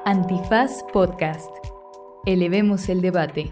Antifaz Podcast. Elevemos el debate.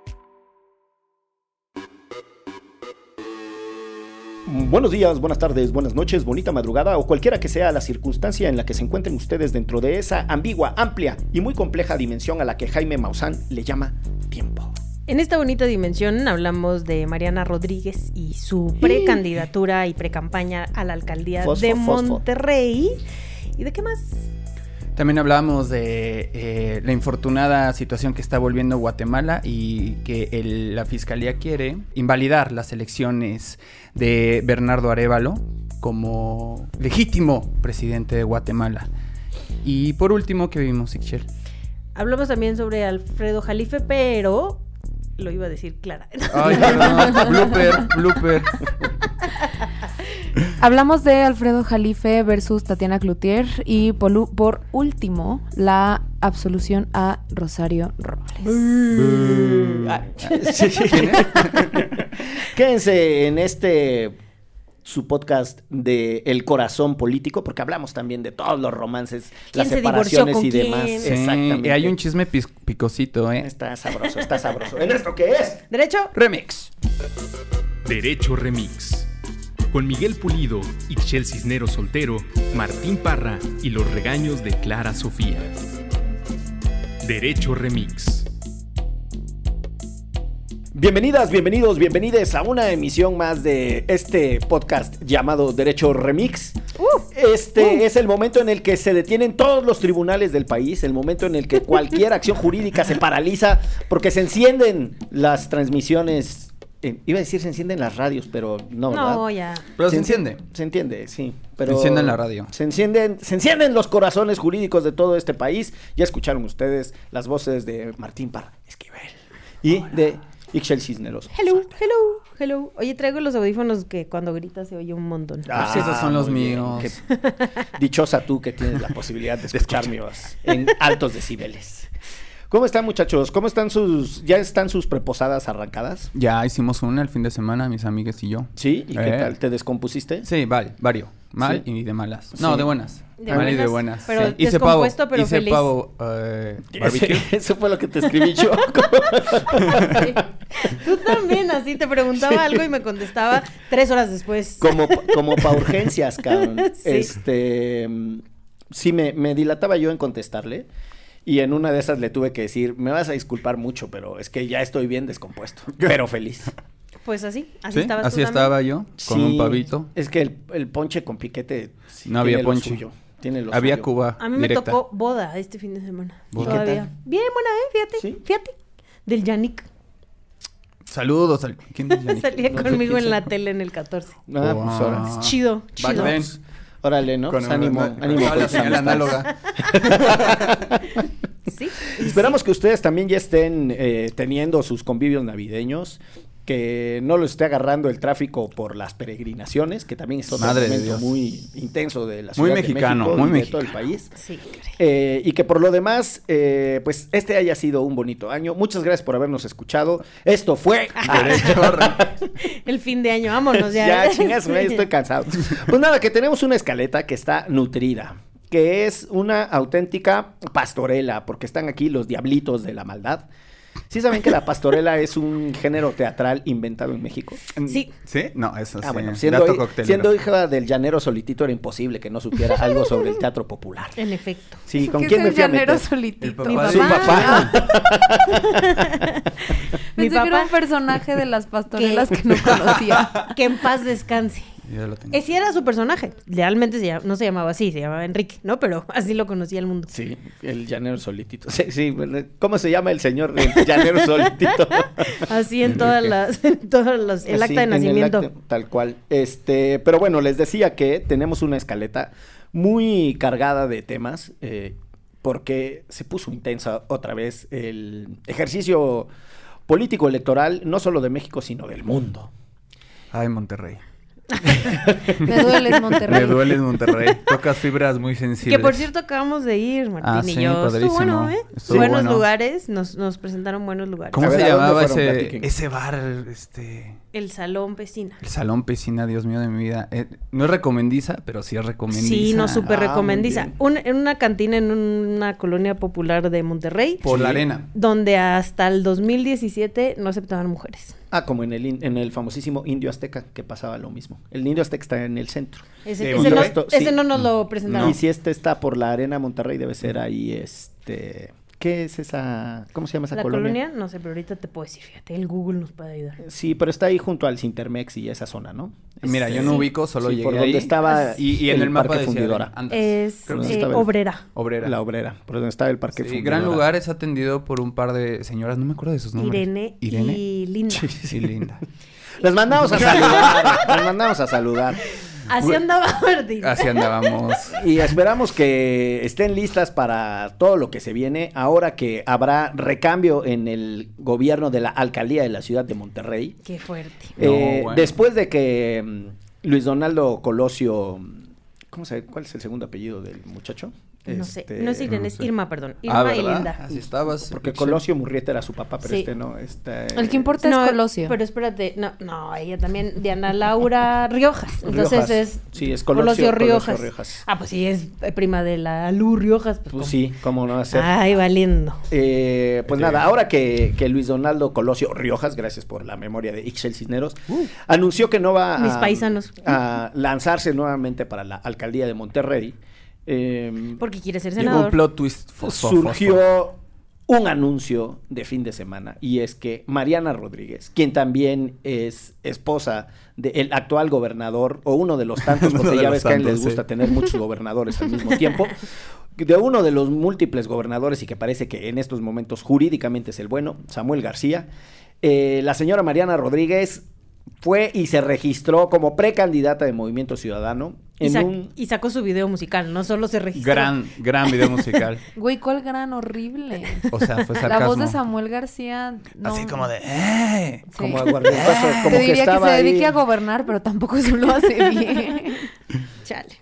Buenos días, buenas tardes, buenas noches, bonita madrugada o cualquiera que sea la circunstancia en la que se encuentren ustedes dentro de esa ambigua, amplia y muy compleja dimensión a la que Jaime Maussan le llama tiempo. En esta bonita dimensión hablamos de Mariana Rodríguez y su precandidatura y precampaña a la alcaldía de Monterrey. ¿Y de qué más? También hablamos de la infortunada situación que está volviendo Guatemala y que la Fiscalía quiere invalidar las elecciones de Bernardo Arévalo como legítimo presidente de Guatemala. Y por último, ¿qué vimos, Ixchel? Hablamos también sobre Alfredo Jalife, pero lo iba a decir Clara. Ay, perdón, blooper. Hablamos de Alfredo Jalife versus Tatiana Cloutier y por último, la absolución a Rosario Robles. Quédense en su podcast de El Corazón Político, porque hablamos también de todos los romances, las separaciones y demás. Sí, Exactamente. Y hay un chisme picosito, ¿eh? Está sabroso. ¿En esto qué es? ¿Derecho? Remix. Derecho Remix. Con Miguel Pulido, Ixchel Cisneros Soltero, Martín Parra y los regaños de Clara Sofía. Derecho Remix. Bienvenidas, bienvenides a una emisión más de este podcast llamado Derecho Remix. Es el momento en el que se detienen todos los tribunales del país, el momento en el que cualquier acción jurídica se paraliza porque se encienden las transmisiones. Iba a decir se encienden las radios, pero no, ¿verdad? No, ya. Pero se enciende. Se entiende, sí. Pero se encienden la radio. Se encienden los corazones jurídicos de todo este país. Ya escucharon ustedes las voces de Martín Parra Esquivel y de Ixchel Cisneros. Hello. Oye, traigo los audífonos que cuando gritas se oye un montón. Esos son los míos. Dichosa tú que tienes la posibilidad de escuchar mi voz en altos decibeles. ¿Cómo están, muchachos? ¿Ya están sus preposadas arrancadas? Ya hicimos una el fin de semana, mis amigas y yo. ¿Sí? ¿Y qué tal? ¿Te descompusiste? Sí, varios. Mal y de malas. No, de buenas. Y de buenas. Pero sí. Descompuesto, pero hice feliz. Pavo, barbecue. Eso fue lo que te escribí yo. Sí. Tú también, así te preguntaba algo y me contestaba 3 horas después. Como pa' urgencias, cabrón. Sí. Sí, me dilataba yo en contestarle. Y en una de esas le tuve que decir, me vas a disculpar mucho, pero es que ya estoy bien descompuesto, pero feliz. Pues así ¿Sí? estabas así tú estaba yo, con un pavito. Es que el ponche con piquete no había ponche. Había suyo. Cuba a mí directa. Me tocó boda este fin de semana. ¿Boda? Todavía. ¿Qué tal? Bien buena, fíjate. Del Yannick. Saludos. ¿Quién es Yannick? Salía conmigo en la tele en el 14. Pues ahora. Chido. Órale, ¿no? Pues ánimo. La señal análoga. Sí. Esperamos que ustedes también ya estén teniendo sus convivios navideños, que no los esté agarrando el tráfico por las peregrinaciones, que también es otro momento muy intenso de la Ciudad de México y de todo el país. Sí. Y que por lo demás, pues este haya sido un bonito año. Muchas gracias por habernos escuchado. Esto fue el fin de año, vámonos ya. Ya, chingas, estoy cansado. Pues nada, que tenemos una escaleta que está nutrida, que es una auténtica pastorela, porque están aquí los diablitos de la maldad. ¿Sí saben que la pastorela es un género teatral inventado en México? Sí. ¿Sí? No, eso sí. Bueno, siendo hija del llanero solitito era imposible que no supiera algo sobre el teatro popular. En efecto. Sí, ¿con quién me fui a meter? Solitito? Mi papá. Su papá. Pensé que era un personaje de las pastorelas que no conocía. Que en paz descanse. Ya lo tengo. Ese era su personaje. Realmente no se llamaba así, se llamaba Enrique, ¿no? Pero así lo conocía el mundo. Sí, el llanero solitito. Sí, ¿cómo se llama el señor el llanero solitito? Así en todas el acta de nacimiento. Tal cual. Pero bueno, les decía que tenemos una escaleta muy cargada de temas, porque se puso intensa otra vez el ejercicio político electoral, no solo de México, sino del mundo. Ay, Monterrey. Me dueles, Monterrey. Me dueles, Monterrey. Tocas fibras muy sensibles. Que por cierto acabamos de ir, Martín y yo. Padrísimo. Estuvo bueno, Estuvo buenos bueno. lugares, nos presentaron buenos lugares. ¿Cómo A se ver, ¿a llamaba dónde fueron? ese bar? El Salón Pesina. El Salón Pesina, Dios mío de mi vida. No es recomendiza, pero sí es recomendiza. Sí, no, súper recomendiza. En una cantina en una colonia popular de Monterrey. Por la arena. Donde hasta el 2017 no aceptaban mujeres. Como en el famosísimo Indio Azteca, que pasaba lo mismo. El Indio Azteca está en el centro. Ese no nos lo presentaron. No. Y si está por la arena Monterrey, debe ser ahí, ¿qué es esa? ¿Cómo se llama esa colonia? ¿La colonia? No sé, pero ahorita te puedo decir, fíjate, el Google nos puede ayudar. Sí, pero está ahí junto al Cintermex y esa zona, ¿no? Mira, yo no ubico, solo llegué por ahí. donde estaba y en el mapa Parque decía Fundidora. Es Obrera. La Obrera, por donde estaba el Parque Fundidora. Gran lugar, es atendido por un par de señoras, no me acuerdo de sus nombres. Irene y Linda. Sí, Linda. Las mandamos a saludar. Así andaba Martín. Así andábamos. Y esperamos que estén listas para todo lo que se viene, ahora que habrá recambio en el gobierno de la alcaldía de la ciudad de Monterrey. Qué fuerte. Bueno. Después de que Luis Donaldo Colosio, ¿cuál es el segundo apellido del muchacho? No sé, no es Irene, es Irma, perdón. Irma y Linda. Así estabas. Porque Colosio Murrieta era su papá, pero no. El que importa es Colosio. Pero espérate, no, ella también, Diana Laura Riojas. Entonces es Colosio Riojas. Pues sí, es prima de la Lu Riojas. Pues sí, cómo no hacer. Ay, valiendo. Nada, ahora que Luis Donaldo Colosio Riojas, gracias por la memoria de Ixchel Cisneros, anunció que no va Mis paisanos. a lanzarse nuevamente para la alcaldía de Monterrey. Porque quiere ser senador. Llegó un plot twist. Surgió un anuncio de fin de semana, y es que Mariana Rodríguez, quien también es esposa del actual gobernador, o uno de los tantos, porque ya ves que a él les gusta tener muchos gobernadores al mismo tiempo, de uno de los múltiples gobernadores, y que parece que en estos momentos jurídicamente es el bueno, Samuel García. La señora Mariana Rodríguez fue y se registró como precandidata de Movimiento Ciudadano. Y sacó su video musical, no solo se registró. Gran video musical. Güey, ¿cuál gran? Horrible. O sea, fue sarcasmo. La voz de Samuel García. No. Así como de Sí. Como aguardientazo, como te diría que estaba que se dedique ahí a gobernar, pero tampoco eso lo hace bien. Chale.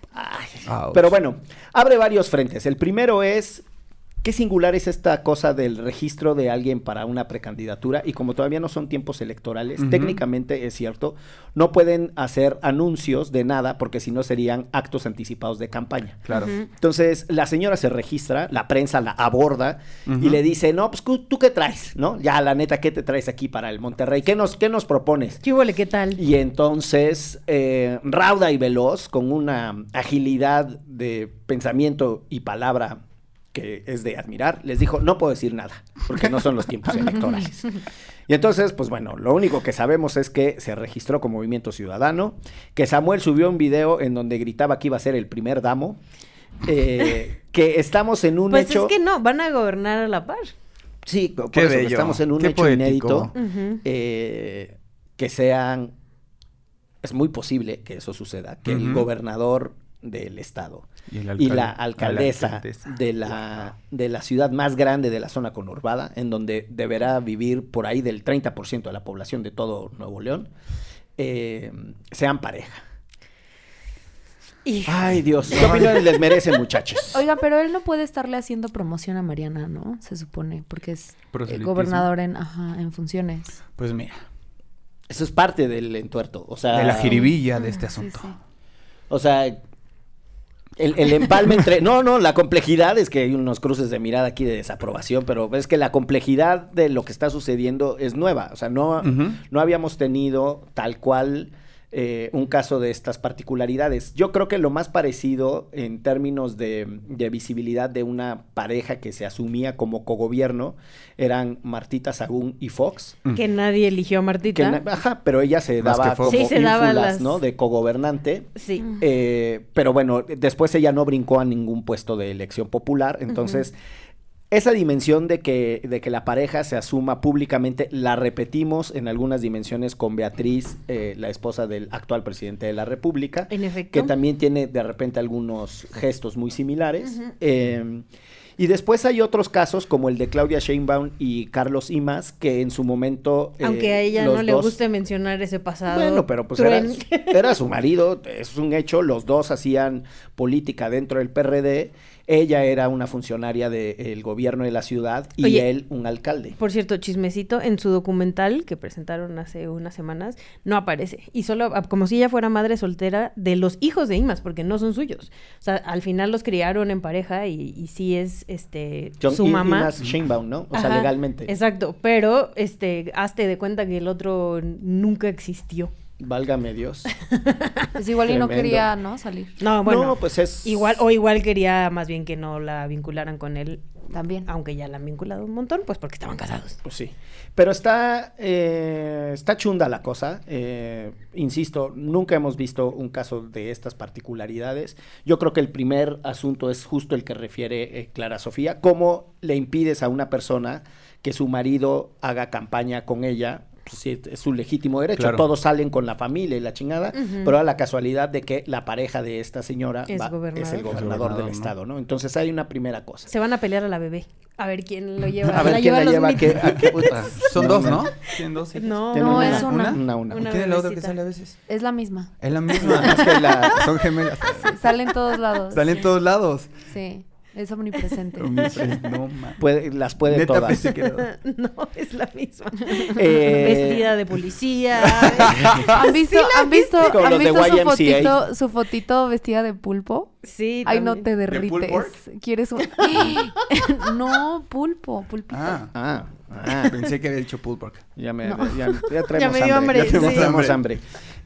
Pero bueno, abre varios frentes. El primero es, qué singular es esta cosa del registro de alguien para una precandidatura, y como todavía no son tiempos electorales, técnicamente es cierto, no pueden hacer anuncios de nada, porque si no serían actos anticipados de campaña. Claro. Entonces, la señora se registra, la prensa la aborda y le dice, no, pues ¿tú qué traes? ¿No? Ya, la neta, ¿qué te traes aquí para el Monterrey? ¿Qué nos propones? ¿Qué huele? ¿Qué tal? Y entonces, rauda y veloz, con una agilidad de pensamiento y palabra que es de admirar, les dijo, no puedo decir nada, porque no son los tiempos electorales. Y entonces, pues bueno, lo único que sabemos es que se registró como Movimiento Ciudadano, que Samuel subió un video en donde gritaba que iba a ser el primer damo, que estamos en un hecho... Pues es que no, van a gobernar a la par. Sí, por eso que estamos en un hecho poético. Inédito, que sean... Es muy posible que eso suceda, que el gobernador del estado y la alcaldesa de la ciudad más grande de la zona conurbada, en donde deberá vivir por ahí del 30% de la población de todo Nuevo León, sean pareja. Ay, Dios, ¿qué opiniones les merecen, muchachos? Oiga, pero él no puede estarle haciendo promoción a Mariana, ¿no? Se supone, porque es gobernador en funciones. Pues mira, eso es parte del entuerto, o sea... de la jiribilla de este asunto. Sí. O sea... El empalme entre... No, la complejidad es que hay unos cruces de mirada aquí de desaprobación, pero es que la complejidad de lo que está sucediendo es nueva. O sea, no habíamos tenido tal cual un caso de estas particularidades. Yo creo que lo más parecido en términos de visibilidad de una pareja que se asumía como cogobierno eran Martita Sagún y Fox. Que nadie eligió a Martita. Pero ella se daba como ínfulas, ¿no? De cogobernante. Sí. Pero bueno, después ella no brincó a ningún puesto de elección popular, entonces... Esa dimensión de que la pareja se asuma públicamente, la repetimos en algunas dimensiones con Beatriz, la esposa del actual presidente de la República. En efecto. Que también tiene de repente algunos gestos muy similares. Y después hay otros casos como el de Claudia Sheinbaum y Carlos Imaz, que en su momento... Aunque a ella no le guste mencionar ese pasado. Bueno, pero pues era su marido, es un hecho, los dos hacían política dentro del PRD. Ella era una funcionaria del gobierno de la ciudad y Oye, él un alcalde. Por cierto, chismecito, en su documental que presentaron hace unas semanas, no aparece. Y solo, como si ella fuera madre soltera de los hijos de Imaz, porque no son suyos. O sea, al final los criaron en pareja y sí es su mamá. Imaz Sheinbaum, ¿no? O sea, legalmente. Exacto, pero hazte de cuenta que el otro nunca existió. Válgame Dios. Pues igual y no quería, ¿no? Salir. No, bueno. No, pues es... Igual quería más bien que no la vincularan con él. También. Aunque ya la han vinculado un montón, pues porque estaban casados. Pues sí. Pero está chunda la cosa. Insisto, nunca hemos visto un caso de estas particularidades. Yo creo que el primer asunto es justo el que refiere Clara Sofía. ¿Cómo le impides a una persona que su marido haga campaña con ella? Pues sí, es su legítimo derecho. Claro. Todos salen con la familia y la chingada, pero a la casualidad de que la pareja de esta señora es el gobernador del estado, ¿no? Entonces hay una primera cosa. Se van a pelear a la bebé. A ver quién lo lleva. A ver quién la lleva. Son dos, ¿no? ¿Tienen dos? No, es una. ¿Quién es la otra que sale a veces? Es la misma. Es la misma. Es que son gemelas. Sí, salen todos lados. Salen todos lados. Sí. Es omnipresente. No, las puede todas. No, es la misma. Vestida de policía. ¿Han visto su fotito vestida de pulpo? Sí. Ay, no te derrites. ¿Quieres un...? No, pulpito. Pensé que había dicho pulled pork. Ya traemos hambre. Ya traemos hambre.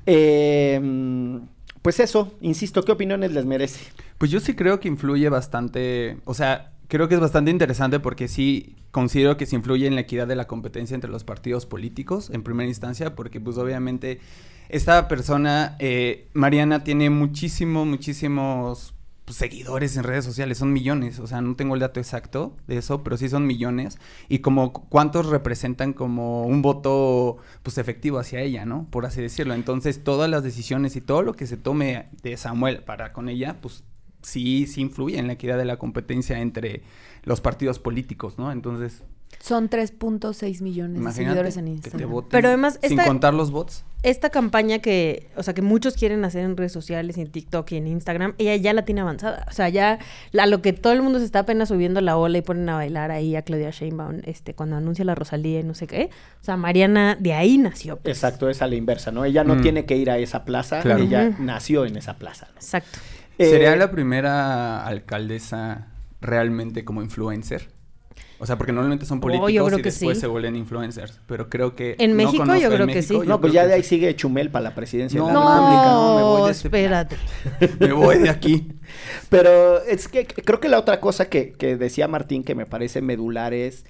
Pues eso, insisto, ¿qué opiniones les merece? Pues yo sí creo que influye bastante, o sea, creo que es bastante interesante porque sí considero que se influye en la equidad de la competencia entre los partidos políticos en primera instancia, porque pues obviamente esta persona, Mariana, tiene muchísimos pues, seguidores en redes sociales, son millones, o sea, no tengo el dato exacto de eso, pero sí son millones, y como cuántos representan como un voto pues efectivo hacia ella, ¿no? Por así decirlo. Entonces todas las decisiones y todo lo que se tome de Samuel para con ella, pues sí influye en la equidad de la competencia entre los partidos políticos, ¿no? Entonces... Son 3.6 millones de seguidores en Instagram. Que te voten, pero además sin contar los bots. Esta campaña que muchos quieren hacer en redes sociales, en TikTok y en Instagram, ella ya la tiene avanzada. O sea, ya a lo que todo el mundo se está apenas subiendo la ola y ponen a bailar ahí a Claudia Sheinbaum, cuando anuncia la Rosalía y no sé qué. O sea, Mariana de ahí nació. Pues. Exacto, es a la inversa, ¿no? Ella no tiene que ir a esa plaza, claro. Ella nació en esa plaza, ¿no? Exacto. ¿Sería la primera alcaldesa realmente como influencer? O sea, porque normalmente son políticos y después se vuelven influencers. Pero creo que... En México yo creo que sí. No, pues ya de ahí sigue Chumel para la presidencia de la República. No, me voy de espérate. Me voy de aquí. Pero es que creo que la otra cosa que decía Martín que me parece medular es...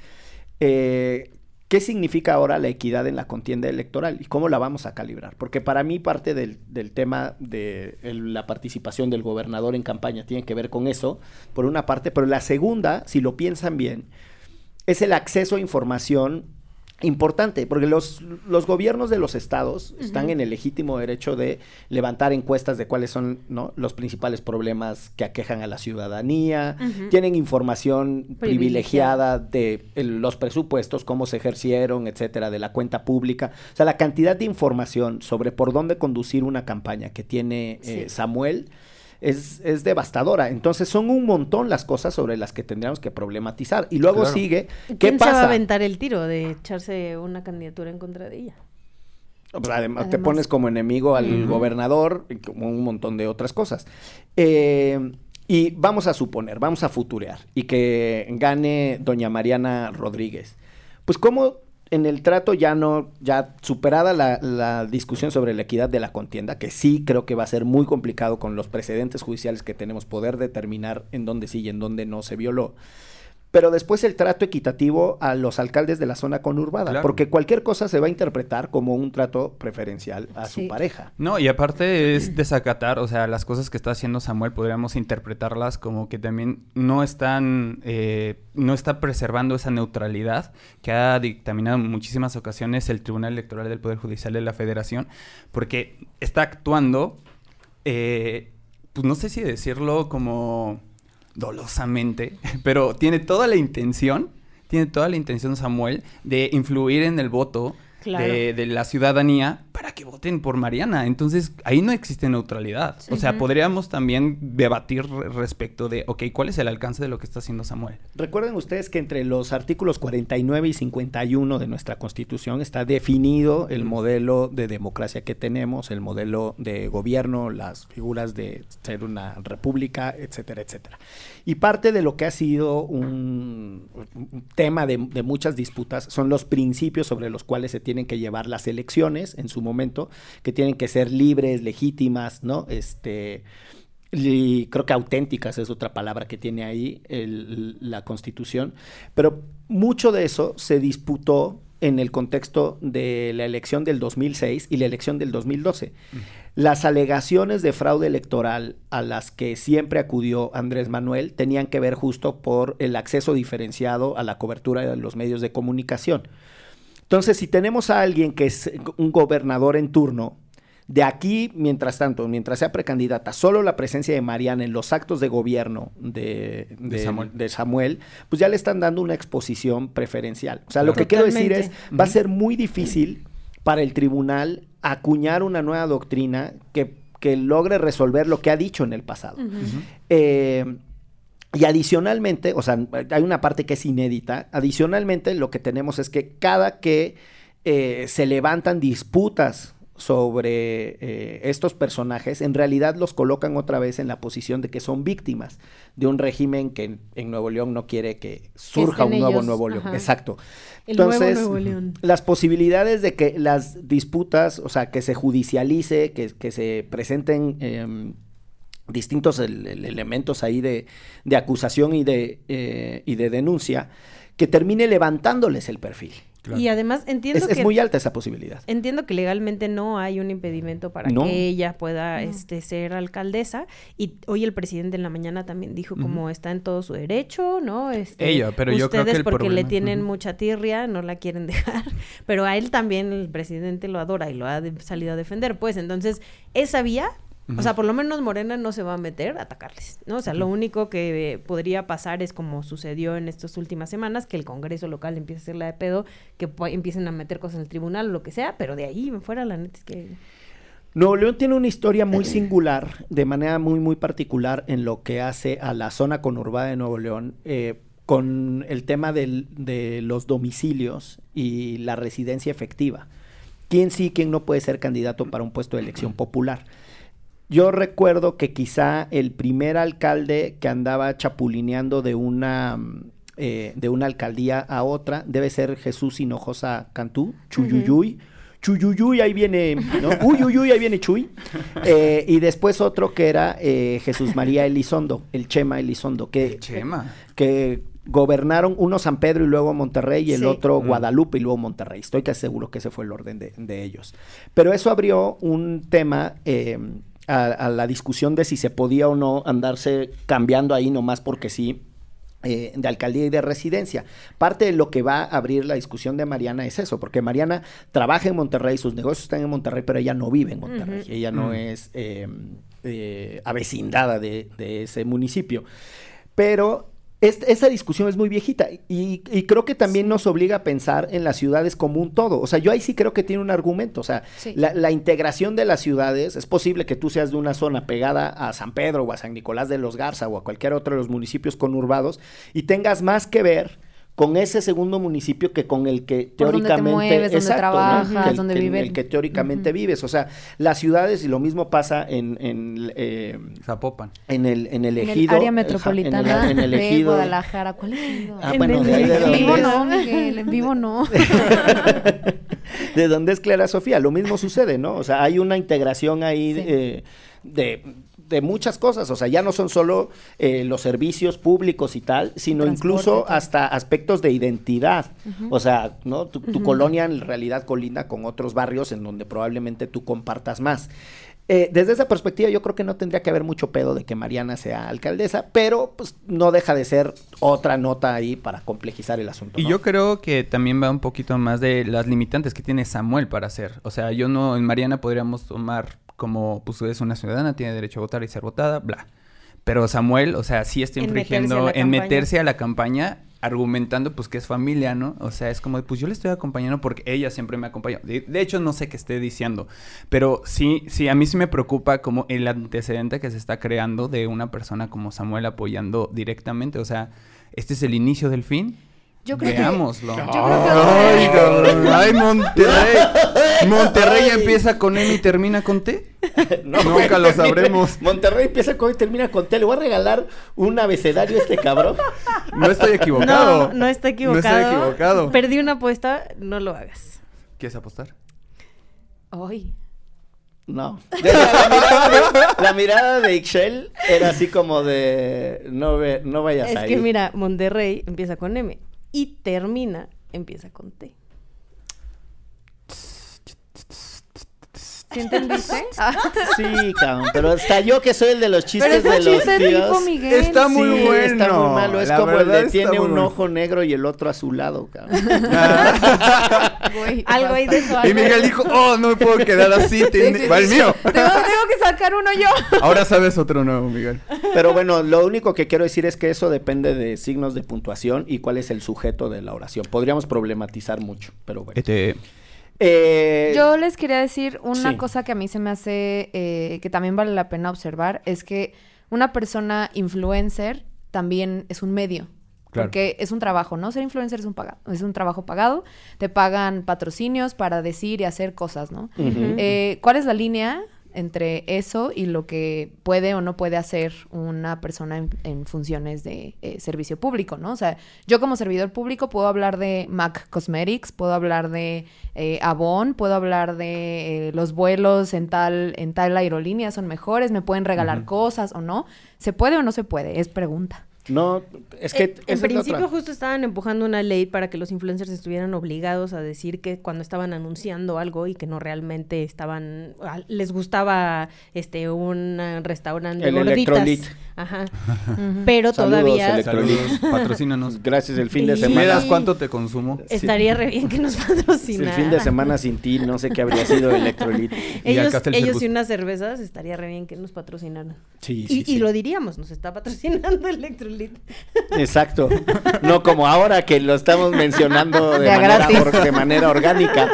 ¿qué significa ahora la equidad en la contienda electoral? ¿Y cómo la vamos a calibrar? Porque para mí parte del tema de la participación del gobernador en campaña tiene que ver con eso, por una parte. Pero la segunda, si lo piensan bien... es el acceso a información importante, porque los gobiernos de los estados están en el legítimo derecho de levantar encuestas de cuáles son, ¿no?, los principales problemas que aquejan a la ciudadanía, tienen información privilegiada de los presupuestos, cómo se ejercieron, etcétera, de la cuenta pública. O sea, la cantidad de información sobre por dónde conducir una campaña que tiene Samuel es devastadora. Entonces son un montón las cosas sobre las que tendríamos que problematizar. Y luego sigue, ¿qué pasa? ¿Quién se va a aventar el tiro de echarse una candidatura en contra de ella? Pues además te pones como enemigo al gobernador y como un montón de otras cosas. Y vamos a suponer, vamos a futurear y que gane doña Mariana Rodríguez. Pues cómo en el trato ya superada la discusión sobre la equidad de la contienda, que sí creo que va a ser muy complicado con los precedentes judiciales que tenemos poder determinar en dónde sí y en dónde no se violó. Pero después el trato equitativo a los alcaldes de la zona conurbada, claro. Porque cualquier cosa se va a interpretar como un trato preferencial a su pareja. No, y aparte es desacatar, o sea, las cosas que está haciendo Samuel podríamos interpretarlas como que también no está preservando esa neutralidad que ha dictaminado en muchísimas ocasiones el Tribunal Electoral del Poder Judicial de la Federación, porque está actuando, pues no sé si decirlo como... dolosamente, pero tiene toda la intención Samuel de influir en el voto Claro. de la ciudadanía para que voten por Mariana. Entonces, ahí no existe neutralidad. O sea, podríamos también debatir respecto de, ok, ¿cuál es el alcance de lo que está haciendo Samuel? Recuerden ustedes que entre los artículos 49 y 51 de nuestra Constitución está definido el modelo de democracia que tenemos, el modelo de gobierno, las figuras de ser una república, etcétera, etcétera. Y parte de lo que ha sido un tema de muchas disputas son los principios sobre los cuales se tienen que llevar las elecciones en su momento, que tienen que ser libres, legítimas, ¿no? Y creo que auténticas es otra palabra que tiene ahí la Constitución, pero mucho de eso se disputó en el contexto de la elección del 2006 y la elección del 2012. Las alegaciones de fraude electoral a las que siempre acudió Andrés Manuel tenían que ver justo por el acceso diferenciado a la cobertura de los medios de comunicación. Entonces, si tenemos a alguien que es un gobernador en turno, de aquí, mientras tanto, mientras sea precandidata, solo la presencia de Mariana en los actos de gobierno de Samuel, pues ya le están dando una exposición preferencial. O sea, lo que quiero decir es, va a ser muy difícil para el tribunal acuñar una nueva doctrina que logre resolver lo que ha dicho en el pasado. Y adicionalmente, o sea, hay una parte que es inédita. Adicionalmente, lo que tenemos es que cada que se levantan disputas sobre estos personajes, en realidad los colocan otra vez en la posición de que son víctimas de un régimen que en Nuevo León no quiere que surja un nuevo Nuevo León. Ajá. Exacto. Entonces, nuevo León. Las posibilidades de que las disputas, o sea, que se judicialice, que se presenten distintos elementos ahí de acusación y de denuncia, que termine levantándoles el perfil. Claro. Y además entiendo que... Es muy alta esa posibilidad. Entiendo que legalmente no hay un impedimento para que ella pueda ser alcaldesa. Y hoy el presidente en la mañana también dijo como está en todo su derecho, ¿no? Ella, pero yo creo que el porque problema... le tienen mucha tirria, no la quieren dejar. Pero a él también el presidente lo adora y lo ha salido a defender. Pues entonces, esa vía... O sea, por lo menos Morena no se va a meter a atacarles, ¿no? O sea, lo único que podría pasar es como sucedió en estas últimas semanas, que el Congreso local empiece a hacer la de pedo, que empiecen a meter cosas en el tribunal o lo que sea, pero de ahí en fuera la neta es que... Nuevo León tiene una historia muy singular, de manera muy, muy particular en lo que hace a la zona conurbada de Nuevo León, con el tema de los domicilios y la residencia efectiva. ¿Quién sí, quién no puede ser candidato para un puesto de elección popular? Yo recuerdo que quizá el primer alcalde que andaba chapulineando de una alcaldía a otra debe ser Jesús Hinojosa Cantú, Chuyuyuy. Chuyuyuy, ahí viene, ¿no? Uyuyuy, ahí viene Chuy. Y después otro que era Jesús María Elizondo, el Chema Elizondo. Que gobernaron uno San Pedro y luego Monterrey y el otro Guadalupe y luego Monterrey. Estoy casi seguro que ese fue el orden de ellos. Pero eso abrió un tema... A la discusión de si se podía o no andarse cambiando ahí nomás porque sí, de alcaldía y de residencia. Parte de lo que va a abrir la discusión de Mariana es eso, porque Mariana trabaja en Monterrey, sus negocios están en Monterrey, pero ella no vive en Monterrey, ella no es avecindada de ese municipio. Pero esa discusión es muy viejita y creo que también nos obliga a pensar en las ciudades como un todo. O sea, yo ahí sí creo que tiene un argumento. O sea, la integración de las ciudades, es posible que tú seas de una zona pegada a San Pedro o a San Nicolás de los Garza o a cualquier otro de los municipios conurbados y tengas más que ver con ese segundo municipio que con el que teóricamente... Donde te mueves, donde trabajas, ¿no? donde vives. El que teóricamente vives. O sea, las ciudades, y lo mismo pasa en Zapopan. En el ejido. En el área metropolitana en el ejido de Guadalajara. ¿Cuál ejido? Bueno, de ahí de donde vivo no, Miguel, en vivo no. De donde es Clara Sofía, lo mismo sucede, ¿no? O sea, hay una integración ahí de muchas cosas, o sea, ya no son solo los servicios públicos y tal, sino incluso hasta aspectos de identidad. O sea, ¿no? Tu colonia en realidad colinda con otros barrios en donde probablemente tú compartas más. Desde esa perspectiva yo creo que no tendría que haber mucho pedo de que Mariana sea alcaldesa, pero pues no deja de ser otra nota ahí para complejizar el asunto, ¿no? Y yo creo que también va un poquito más de las limitantes que tiene Samuel para hacer. O sea, en Mariana podríamos tomar como, pues es una ciudadana, tiene derecho a votar y ser votada, bla. Pero Samuel, o sea, sí está infringiendo en meterse a la campaña argumentando pues que es familia, ¿no? O sea, es como de, pues yo le estoy acompañando porque ella siempre me acompañó. De hecho, no sé qué esté diciendo, pero sí, a mí sí me preocupa como el antecedente que se está creando de una persona como Samuel apoyando directamente. O sea, ¿este es el inicio del fin? Yo creo Veámoslo. Ay, cabrón. Ay, Monterrey. Monterrey empieza con M y termina con T. Nunca lo sabremos. Monterrey empieza con y termina con T. Le voy a regalar un abecedario a este cabrón. No estoy equivocado. No está equivocado. No estoy equivocado. Perdí una apuesta, no lo hagas. ¿Quieres apostar? Ay. No. La mirada de Ixchel era así como de no vayas Es ahí. que mira, Monterrey empieza con M y empieza con T. ¿Sí entendiste? Sí, cabrón, pero hasta yo que soy el de los chistes Pero de es los chiste tíos. tipo Miguel. Está muy Sí, bueno. está muy malo. Es La como el verdad de está tiene muy un bueno. ojo negro y el otro azulado, cabrón. Güey, Algo hay de eso. Y Miguel dijo, oh, no me puedo quedar así. Va el mío. Tengo que sacar uno yo. Ahora sabes otro nuevo, Miguel. Pero bueno, lo único que quiero decir es que eso depende de signos de puntuación y cuál es el sujeto de la oración. Podríamos problematizar mucho, pero bueno. Yo les quería decir una Sí. cosa que a mí se me hace que también vale la pena observar, es que una persona influencer también es un medio. Claro. Porque es un trabajo, ¿no? Ser influencer es un trabajo pagado. Te pagan patrocinios para decir y hacer cosas, ¿no? Ujú. ¿Cuál es la línea entre eso y lo que puede o no puede hacer una persona en funciones de servicio público, ¿no? O sea, yo como servidor público puedo hablar de MAC Cosmetics, puedo hablar de Avon, puedo hablar de los vuelos en tal aerolínea son mejores, me pueden regalar cosas o no. ¿Se puede o no se puede? Es pregunta. No, es que... En esa es la principio otra. justo estaban empujando una ley para que los influencers estuvieran obligados a decir que cuando estaban anunciando algo y que no realmente les gustaba un restaurante El de gorditas. Electrolit. Ajá. Pero Saludos, todavía Electrolit. Saludos, patrocínanos. Gracias, el fin de Y- Si vieras semana. cuánto te consumo. estaría re bien que nos patrocinaran. El fin de semana sin ti, no sé qué habría sido Electrolit. Y acá está el Ellos Cerbus. y unas cervezas, estaría re bien que nos patrocinaran. Sí, Y lo diríamos, nos está patrocinando Electrolit. Exacto. No como ahora que lo estamos mencionando de Ya gratis. de manera orgánica.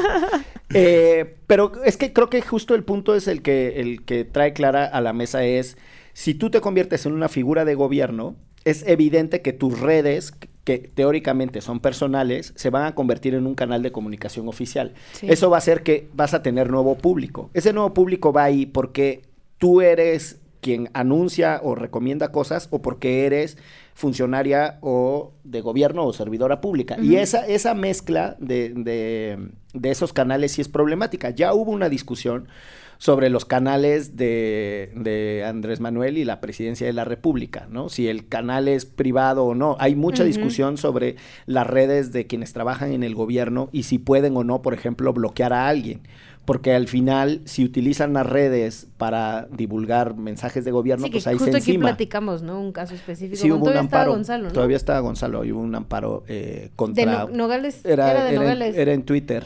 Pero es que creo que justo el punto es el que trae Clara a la mesa es, si tú te conviertes en una figura de gobierno, es evidente que tus redes, que teóricamente son personales, se van a convertir en un canal de comunicación oficial. Sí. Eso va a hacer que vas a tener nuevo público. Ese nuevo público va ahí porque tú eres quien anuncia o recomienda cosas o porque eres funcionaria o de gobierno o servidora pública. Y esa mezcla de esos canales sí es problemática. Ya hubo una discusión sobre los canales de Andrés Manuel y la presidencia de la República, ¿no? Si el canal es privado o no. Hay mucha discusión sobre las redes de quienes trabajan en el gobierno y si pueden o no, por ejemplo, bloquear a alguien. Porque al final, si utilizan las redes para divulgar mensajes de gobierno, Sí, pues que ahí justo se aquí encima. platicamos, ¿no? Un caso específico. Sí, hubo un Todavía estaba amparo. Gonzalo, ¿no? Todavía estaba Gonzalo y hubo un amparo contra... De Nogales. Era de Nogales. Era en Twitter,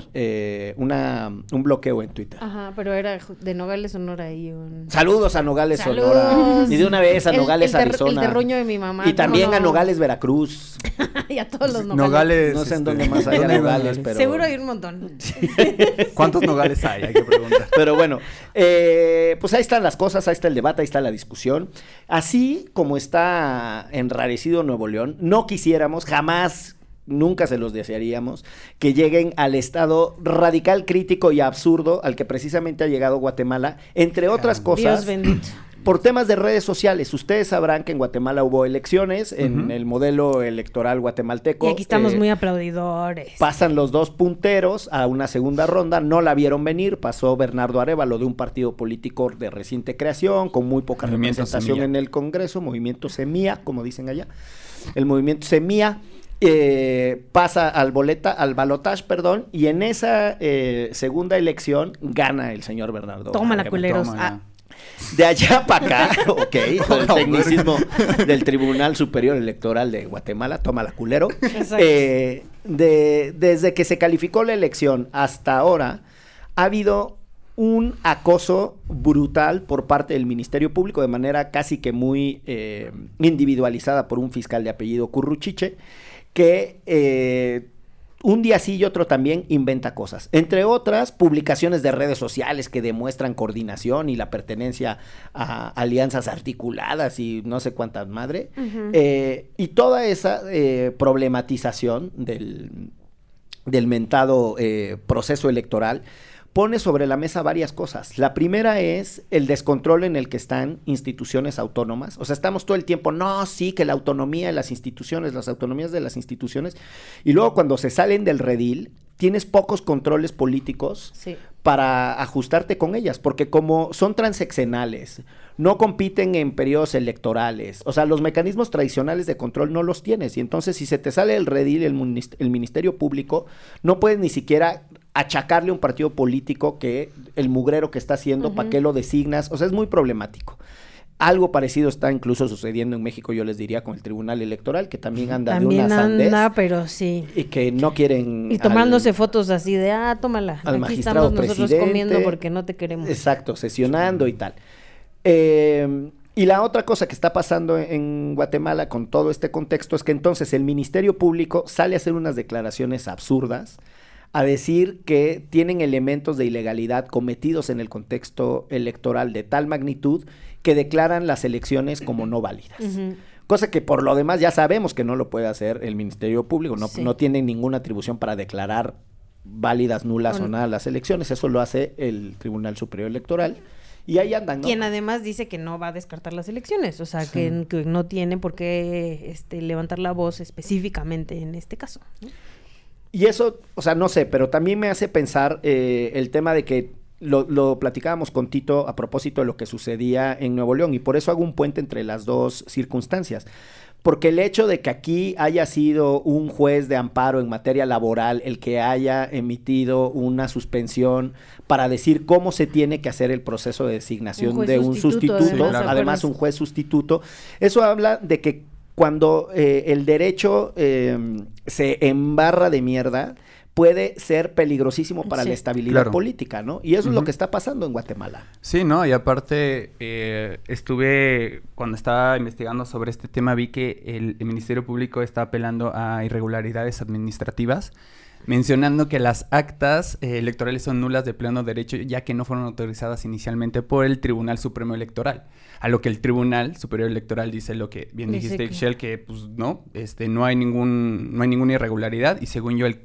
un bloqueo en Twitter. Ajá, pero era de Nogales, Sonora ahí. Saludos a Nogales, Saludos. Sonora. Y de una vez a Nogales, Arizona. El terruño de mi mamá. Y también ¿cómo a no? Nogales, Veracruz. Y a todos los Nogales. Nogales. No sé en dónde más hay ¿dónde hay Nogales, pero... Seguro hay un montón. ¿Cuántos Nogales hay? Hay que preguntar. Pero bueno, pues ahí están las cosas, ahí está el debate, ahí está la discusión. Así como está enrarecido Nuevo León, no quisiéramos, jamás, nunca se los desearíamos, que lleguen al estado radical, crítico y absurdo al que precisamente ha llegado Guatemala, entre otras cosas. Dios bendito. Por temas de redes sociales, ustedes sabrán que en Guatemala hubo elecciones en el modelo electoral guatemalteco. Y aquí estamos muy aplaudidores. Pasan los dos punteros a una segunda ronda, no la vieron venir, pasó Bernardo Arévalo de un partido político de reciente creación, con muy poca Movimiento representación Semilla. en el Congreso, Movimiento Semilla, como dicen allá. El Movimiento Semilla pasa al balotaje, y en esa segunda elección gana el señor Bernardo Tómala, Arévalo. culeros. Tómala. De allá para acá, ok, con el tecnicismo del Tribunal Superior Electoral de Guatemala, tómala culero. Exacto. Desde que se calificó la elección hasta ahora, ha habido un acoso brutal por parte del Ministerio Público, de manera casi que muy individualizada por un fiscal de apellido Curruchiche, que un día sí y otro también inventa cosas. Entre otras, publicaciones de redes sociales que demuestran coordinación y la pertenencia a alianzas articuladas y no sé cuántas madre. Y toda esa problematización del mentado proceso electoral pone sobre la mesa varias cosas. La primera es el descontrol en el que están instituciones autónomas. O sea, estamos todo el tiempo, no, sí, que la autonomía de las instituciones, las autonomías de las instituciones, y luego cuando se salen del redil, tienes pocos controles políticos para ajustarte con ellas, porque como son transeccionales, no compiten en periodos electorales, o sea, los mecanismos tradicionales de control no los tienes, y entonces si se te sale el redil el Ministerio Público, no puedes ni siquiera achacarle a un partido político que el mugrero que está haciendo, ¿para qué lo designas? O sea, es muy problemático. Algo parecido está incluso sucediendo en México, yo les diría, con el Tribunal Electoral, que también anda de una sandez. Pero sí. Y que no quieren... Y tomándose fotos así de, tómala. Al Aquí magistrado estamos nosotros presidente, comiendo porque no te queremos. Exacto, sesionando y tal. Y la otra cosa que está pasando en Guatemala con todo este contexto es que entonces el Ministerio Público sale a hacer unas declaraciones absurdas, a decir que tienen elementos de ilegalidad cometidos en el contexto electoral de tal magnitud que declaran las elecciones como no válidas. Cosa que por lo demás ya sabemos que no lo puede hacer el Ministerio Público, no tiene ninguna atribución para declarar válidas, nulas o nada las elecciones, eso lo hace el Tribunal Superior Electoral. Y ahí andan, ¿no? Quien además dice que no va a descartar las elecciones, o sea, que no tiene por qué levantar la voz específicamente en este caso, ¿no? Y eso, o sea, no sé, pero también me hace pensar el tema de que lo platicábamos con Tito a propósito de lo que sucedía en Nuevo León, y por eso hago un puente entre las dos circunstancias. Porque el hecho de que aquí haya sido un juez de amparo en materia laboral el que haya emitido una suspensión para decir cómo se tiene que hacer el proceso de designación de un sustituto, además un juez sustituto, eso habla de que cuando el derecho se embarra de mierda, puede ser peligrosísimo para la estabilidad política, ¿no? Y eso es lo que está pasando en Guatemala. Sí, ¿no? Y aparte, cuando estaba investigando sobre este tema, vi que el Ministerio Público está apelando a irregularidades administrativas, mencionando que las actas electorales son nulas de pleno derecho, ya que no fueron autorizadas inicialmente por el Tribunal Supremo Electoral. A lo que el Tribunal Superior Electoral dice lo que bien dijiste, Shell, que pues no hay ninguna irregularidad, y según yo el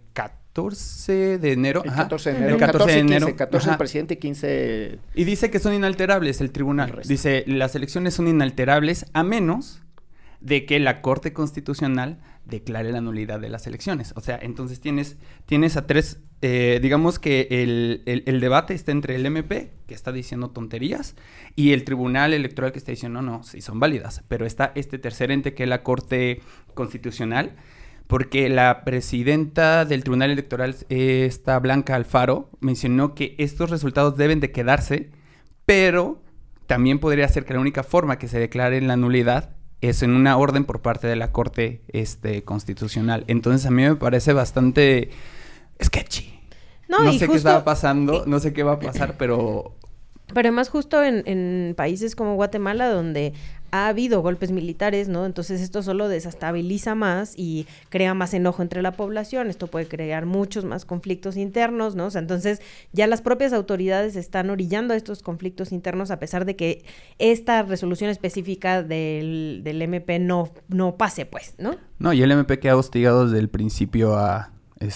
14 de enero. El 14 de enero. El 14 de enero. 14 el presidente y 15... Y dice que son inalterables el tribunal. Dice, las elecciones son inalterables a menos de que la Corte Constitucional declare la nulidad de las elecciones. O sea, entonces tienes a tres... digamos que el debate está entre el MP, que está diciendo tonterías, y el Tribunal Electoral, que está diciendo, no, sí son válidas. Pero está este tercer ente, que es la Corte Constitucional, porque la presidenta del Tribunal Electoral, esta Blanca Alfaro, mencionó que estos resultados deben de quedarse, pero también podría ser que la única forma que se declare la nulidad es en una orden por parte de la Corte Constitucional. Entonces a mí me parece bastante sketchy. No sé qué estaba pasando, no sé qué va a pasar, pero además justo en países como Guatemala, donde ha habido golpes militares, ¿no? Entonces esto solo desestabiliza más y crea más enojo entre la población. Esto puede crear muchos más conflictos internos, ¿no? O sea, entonces ya las propias autoridades están orillando a estos conflictos internos, a pesar de que esta resolución específica del MP no pase, pues, ¿no? No, y el MP que ha hostigado desde el principio a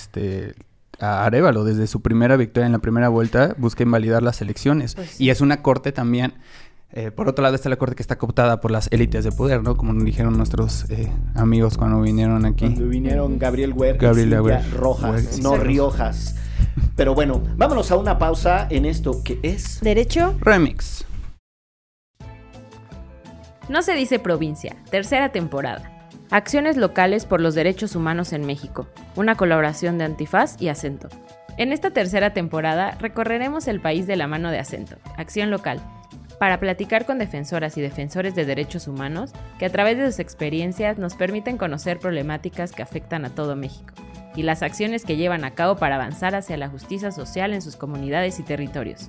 Arévalo, desde su primera victoria en la primera vuelta, busca invalidar las elecciones. Pues sí. Y es una corte también. Por otro lado está la corte que está cooptada por las élites de poder, ¿no? Como nos dijeron nuestros amigos cuando vinieron aquí. Cuando vinieron Gabriel Huer y Silvia Rojas, no Riojas. Pero bueno, vámonos a una pausa en esto que es... Derecho Remix. No se dice provincia, tercera temporada. Acciones locales por los derechos humanos en México. Una colaboración de Antifaz y Acento. En esta tercera temporada recorreremos el país de la mano de Acento, Acción Local, para platicar con defensoras y defensores de derechos humanos que a través de sus experiencias nos permiten conocer problemáticas que afectan a todo México y las acciones que llevan a cabo para avanzar hacia la justicia social en sus comunidades y territorios.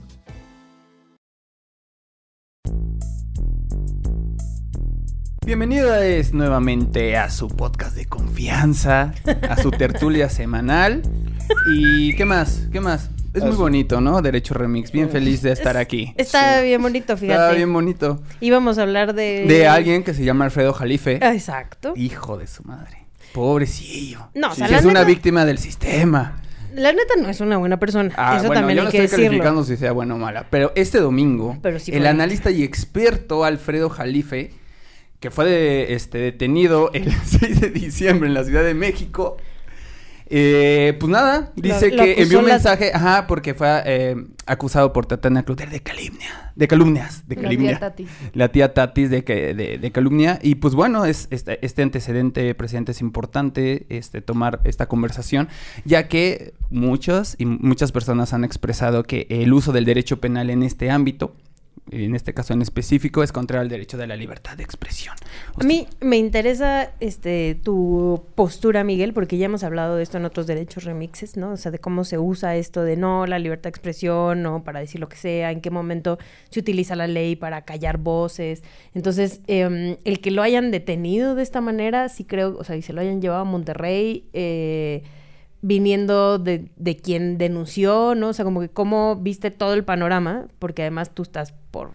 Bienvenidos nuevamente a su podcast de confianza, a su tertulia semanal. ¿Y qué más? ¿Qué más? Es muy bonito, ¿no? Derecho Remix. Bien feliz de estar aquí. Está bien bonito, fíjate. Está bien bonito. Íbamos a hablar de... De alguien que se llama Alfredo Jalife. Exacto. Hijo de su madre. Pobrecillo. No, o sea, Sí, la es una neta- víctima del sistema. La neta no es una buena persona. Eso bueno, también yo hay no que estoy decirlo. calificando si sea buena o mala. Pero este domingo, Pero sí el fue analista y experto Alfredo Jalife, que fue detenido el 6 de diciembre en la Ciudad de México, pues nada, dice Lo que envió un acusó mensaje, porque fue acusado por Tatiana Cloutier de calumnias. La tía Tatis. La tía Tatis de calumnia. Y pues bueno, este antecedente, presidente, es importante tomar esta conversación, ya que muchas personas han expresado que el uso del derecho penal en este ámbito, en este caso en específico, es contra el derecho de la libertad de expresión. A mí me interesa tu postura, Miguel, porque ya hemos hablado de esto en otros derechos remixes, ¿no? O sea, de cómo se usa esto de no, la libertad de expresión, no, para decir lo que sea, en qué momento se utiliza la ley para callar voces. Entonces, el que lo hayan detenido de esta manera, sí creo, o sea, y se lo hayan llevado a Monterrey, viniendo de quien denunció, ¿no? O sea, como que cómo viste todo el panorama, porque además tú estás por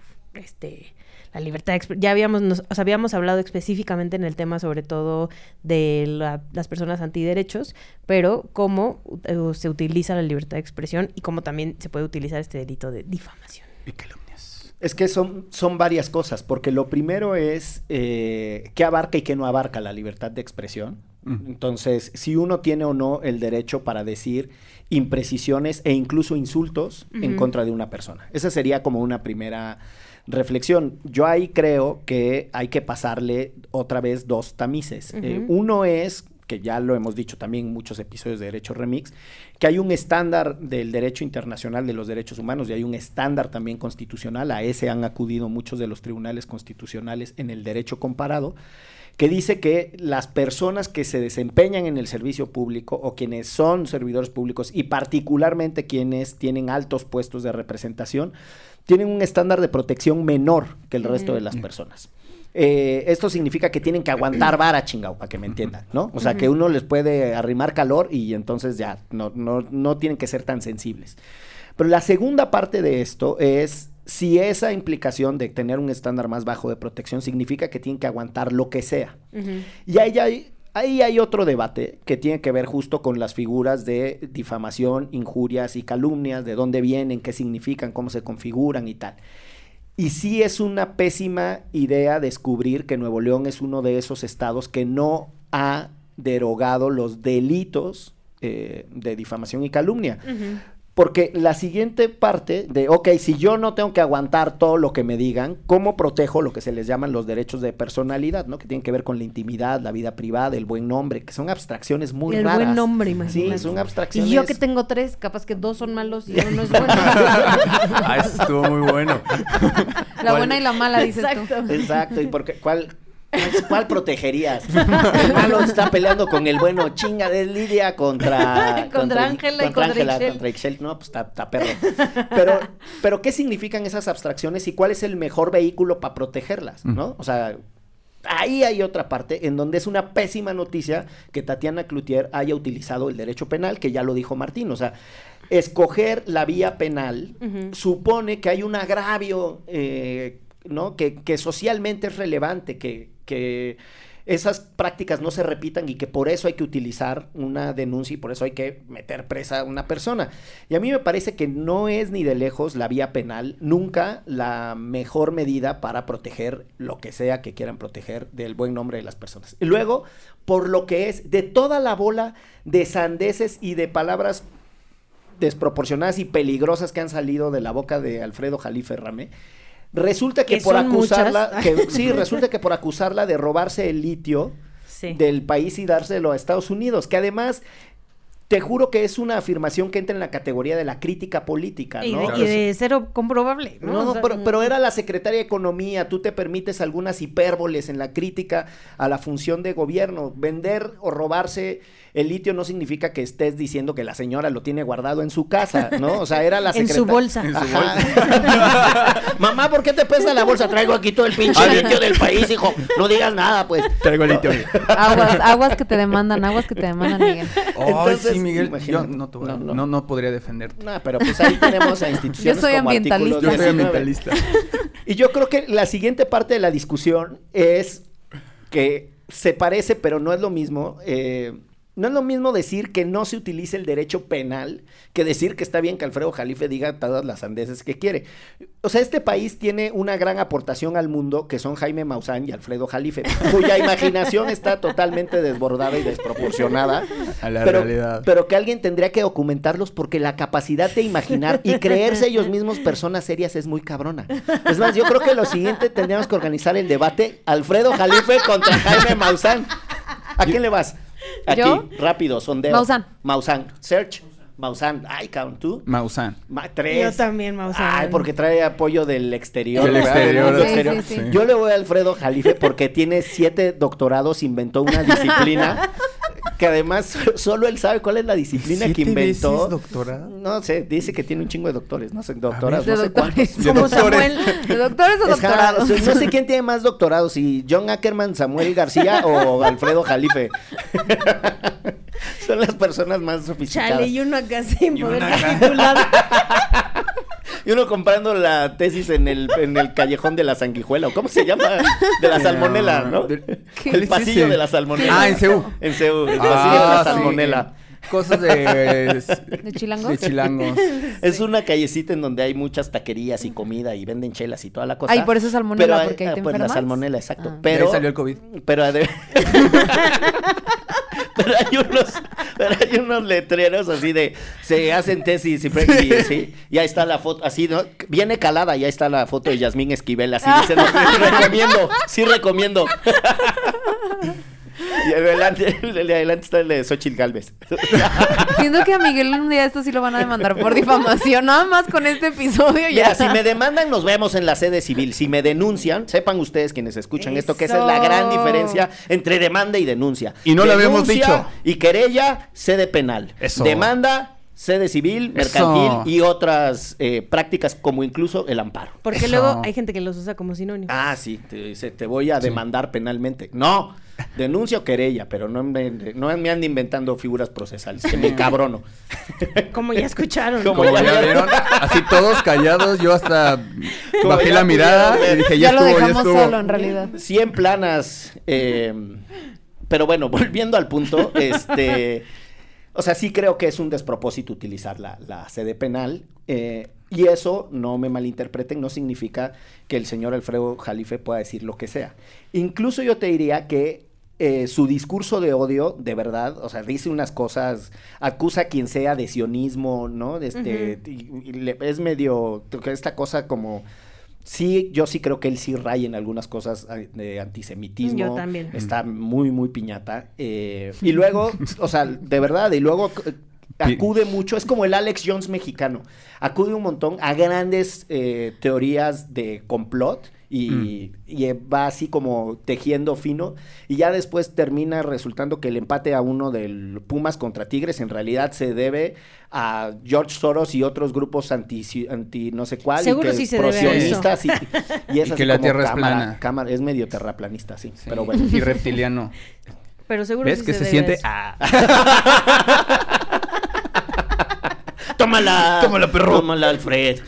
la libertad de expresión. Ya habíamos hablado específicamente en el tema, sobre todo de las personas antiderechos, pero cómo se utiliza la libertad de expresión y cómo también se puede utilizar este delito de difamación. Y calumnias. Es que son varias cosas, porque lo primero es qué abarca y qué no abarca la libertad de expresión. Entonces, si uno tiene o no el derecho para decir imprecisiones e incluso insultos en contra de una persona. Esa sería como una primera reflexión. Yo ahí creo que hay que pasarle otra vez dos tamices. Uno es, que ya lo hemos dicho también en muchos episodios de Derecho Remix, que hay un estándar del derecho internacional de los derechos humanos y hay un estándar también constitucional. A ese han acudido muchos de los tribunales constitucionales en el derecho comparado, que dice que las personas que se desempeñan en el servicio público o quienes son servidores públicos y particularmente quienes tienen altos puestos de representación, tienen un estándar de protección menor que el resto de las personas. Esto significa que tienen que aguantar vara, chingao, para que me entiendan, ¿no? O sea, que uno les puede arrimar calor y entonces ya no tienen que ser tan sensibles. Pero la segunda parte de esto es si esa implicación de tener un estándar más bajo de protección significa que tienen que aguantar lo que sea. Y ahí hay otro debate que tiene que ver justo con las figuras de difamación, injurias y calumnias, de dónde vienen, qué significan, cómo se configuran y tal. Y sí es una pésima idea descubrir que Nuevo León es uno de esos estados que no ha derogado los delitos de difamación y calumnia. Porque la siguiente parte de, si yo no tengo que aguantar todo lo que me digan, ¿cómo protejo lo que se les llaman los derechos de personalidad, ¿no? Que tienen que ver con la intimidad, la vida privada, el buen nombre, que son abstracciones muy raras. El buen nombre, imagínate. Sí, son abstracciones. Y yo que tengo 3, capaz que 2 son malos y uno es bueno. Eso estuvo muy bueno. La buena y la mala, dices Exacto. tú. Exacto, ¿y cuál protegerías? El malo está peleando con el bueno, chinga de Lidia contra Ángela y contra Ixchel. contra Ixchel. No, pues está perro. Pero ¿qué significan esas abstracciones y cuál es el mejor vehículo para protegerlas, ¿no? O sea, ahí hay otra parte en donde es una pésima noticia que Tatiana Cloutier haya utilizado el derecho penal, que ya lo dijo Martín, o sea, escoger la vía penal supone que hay un agravio, ¿no? Que socialmente es relevante, que esas prácticas no se repitan y que por eso hay que utilizar una denuncia y por eso hay que meter presa a una persona. Y a mí me parece que no es ni de lejos la vía penal nunca la mejor medida para proteger lo que sea que quieran proteger del buen nombre de las personas. Y luego, por lo que es de toda la bola de sandeces y de palabras desproporcionadas y peligrosas que han salido de la boca de Alfredo Jalife Ramé, resulta que por acusarla, resulta que por acusarla de robarse el litio del país y dárselo a Estados Unidos, que además te juro que es una afirmación que entra en la categoría de la crítica política, ¿no? Y de cero comprobable, ¿no? No, O sea, pero era la secretaria de Economía, tú te permites algunas hipérboles en la crítica a la función de gobierno, vender o robarse el litio no significa que estés diciendo que la señora lo tiene guardado en su casa, ¿no? O sea, era la En secretaria. su bolsa. Mamá, ¿por qué te pesa la bolsa? Traigo aquí todo el pinche litio del país, hijo. No digas nada, pues. Traigo el litio. Aguas que te demandan, Miguel. Ay, Entonces, sí, Miguel. imagínate. Yo no podría defenderte. No, pero pues ahí tenemos a instituciones Yo soy como ambientalista. Artículo Yo soy 19. ambientalista. Y yo creo que la siguiente parte de la discusión es que se parece, pero no es lo mismo. No es lo mismo decir que no se utilice el derecho penal que decir que está bien que Alfredo Jalife diga todas las sandeces que quiere. O sea, este país tiene una gran aportación al mundo que son Jaime Maussan y Alfredo Jalife, cuya imaginación está totalmente desbordada y desproporcionada. A la realidad. Pero que alguien tendría que documentarlos porque la capacidad de imaginar y creerse ellos mismos personas serias es muy cabrona. Es más, yo creo que lo siguiente tendríamos que organizar el debate Alfredo Jalife contra Jaime Maussan. ¿A quién le vas? Aquí, ¿Yo? rápido, sondeo. Maussan. Search. Maussan. Ay, count tú. Maussan. 3. Yo también, Maussan. Ay, porque trae apoyo del exterior. Del ¿verdad? exterior. Del Sí, exterior. sí, sí. Yo le voy a Alfredo Jalife porque tiene 7 doctorados, inventó una disciplina que además solo él sabe cuál es la disciplina que 7 inventó. veces doctorado? No sé, dice que tiene un chingo de doctores, no sé, doctorados, De no sé doctores. cuántos. Como doctores. Samuel. ¿De doctores o Es raro, doctorados? no sé quién tiene más doctorados, si John Ackerman, Samuel García o Alfredo Jalife. Son las personas más sofisticadas. Chale, y uno acá sin Y poder uno acá. titular. Y uno comprando la tesis en el callejón de la sanguijuela, ¿o cómo se llama? De la salmonela, ¿no? ¿Qué El es pasillo ese? de la salmonela. Ah, en CEU. En CEU, el pasillo de la sí. salmonela. Cosas de... ¿De chilangos? De chilangos. Es una callecita en donde hay muchas taquerías y comida y venden chelas y toda la cosa. Ay, por eso salmonela, Pero hay- porque ahí te pues la enfermas. salmonela, exacto. Ah. De Pero ahí salió el COVID. Pero, pero hay unos letreros así de se hacen tesis y ahí está la foto, así, ¿no? Viene calada y ahí está la foto de Yasmín Esquivel, así dice, no, sí recomiendo. Y adelante está el de Xochitl Gálvez. Siento que a Miguel un día esto sí lo van a demandar por difamación. Nada más con este episodio ya. Mira, si me demandan, nos vemos en la sede civil. Si me denuncian, sepan ustedes quienes escuchan esto, que esa es la gran diferencia entre demanda y denuncia. Y no lo habíamos Denuncia dicho. Y querella, sede penal. Eso. Demanda, sede civil, Eso. mercantil y otras prácticas como incluso el amparo. Porque Eso. luego hay gente que los usa como sinónimos. Ah, sí, te dice, te voy a demandar penalmente. No, denuncia o querella, pero no me anden inventando figuras procesales, que me cabrono. Como ya escucharon. Como Como ya ya vieron. vieron, así todos callados, yo hasta Como bajé ya la mirada pudieron ver. y dije, Ya lo estuvo, dejamos estuvo. solo en realidad. 100 planas, pero bueno, volviendo al punto, o sea, sí creo que es un despropósito utilizar la sede penal, y eso, no me malinterpreten, no significa que el señor Alfredo Jalife pueda decir lo que sea. Incluso yo te diría que su discurso de odio, de verdad, o sea, dice unas cosas, acusa a quien sea de sionismo, ¿no? Es medio, esta cosa como... Sí, yo sí creo que él sí raya en algunas cosas de antisemitismo. Yo también. Está muy, muy piñata. Y luego, o sea, de verdad, y luego acude mucho, es como el Alex Jones mexicano, acude un montón a grandes teorías de complot y va así como tejiendo fino y ya después termina resultando que el empate a uno del Pumas contra Tigres en realidad se debe a George Soros y otros grupos anti no sé cuál. Seguro y que sí se debe a prosionistas y es Y así que la como Tierra es plana. es medio terraplanista, sí, Sí. pero bueno. Y reptiliano. Pero seguro ¿Ves sí que se debe siente? eso. Tómala, perro. Tómala, Alfred.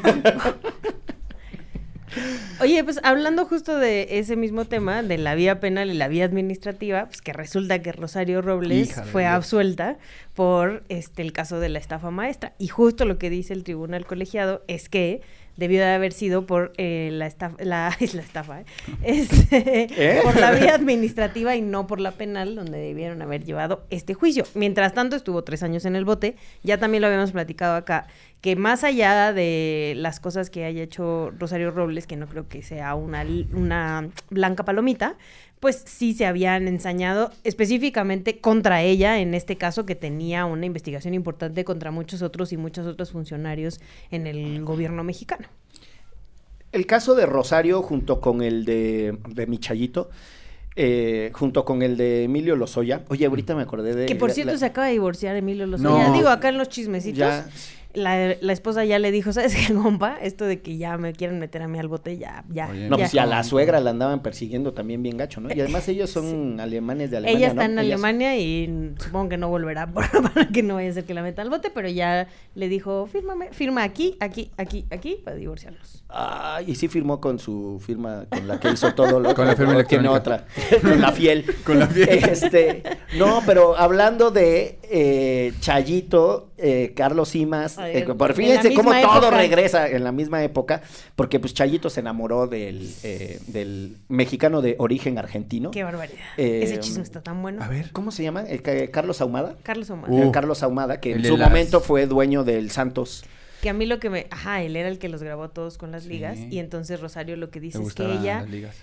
Oye, pues hablando justo de ese mismo tema, de la vía penal y la vía administrativa, pues que resulta que Rosario Robles Hija de fue Dios. absuelta por el caso de la estafa maestra. Y justo lo que dice el tribunal colegiado es que debió de haber sido por la estafa, por la vía administrativa y no por la penal, donde debieron haber llevado este juicio. Mientras tanto, estuvo 3 años en el bote. Ya también lo habíamos platicado acá, que más allá de las cosas que haya hecho Rosario Robles, que no creo que sea una blanca palomita, pues sí se habían ensañado específicamente contra ella, en este caso que tenía una investigación importante contra muchos otros y muchos otros funcionarios en el gobierno mexicano. El caso de Rosario junto con el de Michayito junto con el de Emilio Lozoya. Oye, ahorita me acordé de... Que por cierto se acaba de divorciar Emilio Lozoya. No. Digo, acá en los chismecitos. Ya. La esposa ya le dijo, ¿sabes qué, compa? Esto de que ya me quieren meter a mí al bote, ya. Oye, No, ya. pues ya la suegra la andaban persiguiendo también bien gacho, ¿no? Y además ellos son alemanes de Alemania, Ella está ¿no? en Ellas- Alemania y supongo que no volverá para que no vaya a ser que la meta al bote, pero ya le dijo, firma aquí, para divorciarlos. Ah, y sí firmó con su firma, con la que hizo todo lo Con la firma o tiene electrónica. otra, con la fiel. Con la fiel. No, pero hablando de Chayito, Carlos Simas, Ay, por en fíjense la cómo misma todo época. regresa en la misma época, porque pues Chayito se enamoró del mexicano de origen argentino. Qué barbaridad. Eh, Ese chisme está tan bueno. A ver. ¿Cómo se llama? Carlos Ahumada. Carlos Omar. Carlos Ahumada, que en el de su las- momento fue dueño del Santos. Que a mí lo que me... Ajá, él era el que los grabó todos con las ligas. Sí. Y entonces Rosario lo que dice Me es que gustaban ella las ligas.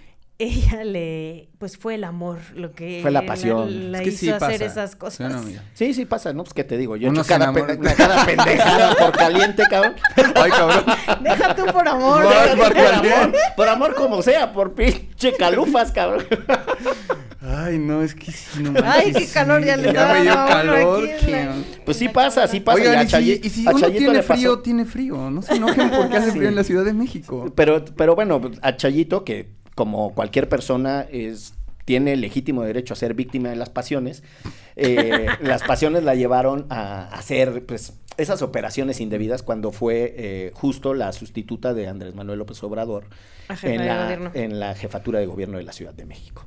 pues fue el amor lo que... Fue la pasión. La Es que hizo sí hacer pasa. esas ¿Sí o cosas. no, amiga? Sí, sí pasa, ¿no? Pues qué te digo, yo he Uno hecho se cada, enamora. cada pendejada por caliente, cabrón. Ay, cabrón. Deja tú por amor. Por amor como sea, por pinche calufas, cabrón. Ay, no, es que sí, no Ay, manches, qué calor, ya sí, le está me dio dando a uno calor. aquí en que- la- Pues sí pasa, sí pasa. Oigan, Y y si a uno Chayito tiene le pasó. frío, tiene frío. No se enojen porque hace Sí. frío en la Ciudad de México. Pero bueno, a Chayito, que como cualquier persona tiene legítimo derecho a ser víctima de las pasiones, las pasiones la llevaron a hacer pues esas operaciones indebidas cuando fue justo la sustituta de Andrés Manuel López Obrador A jefa en de la, gobierno. en la jefatura de gobierno de la Ciudad de México.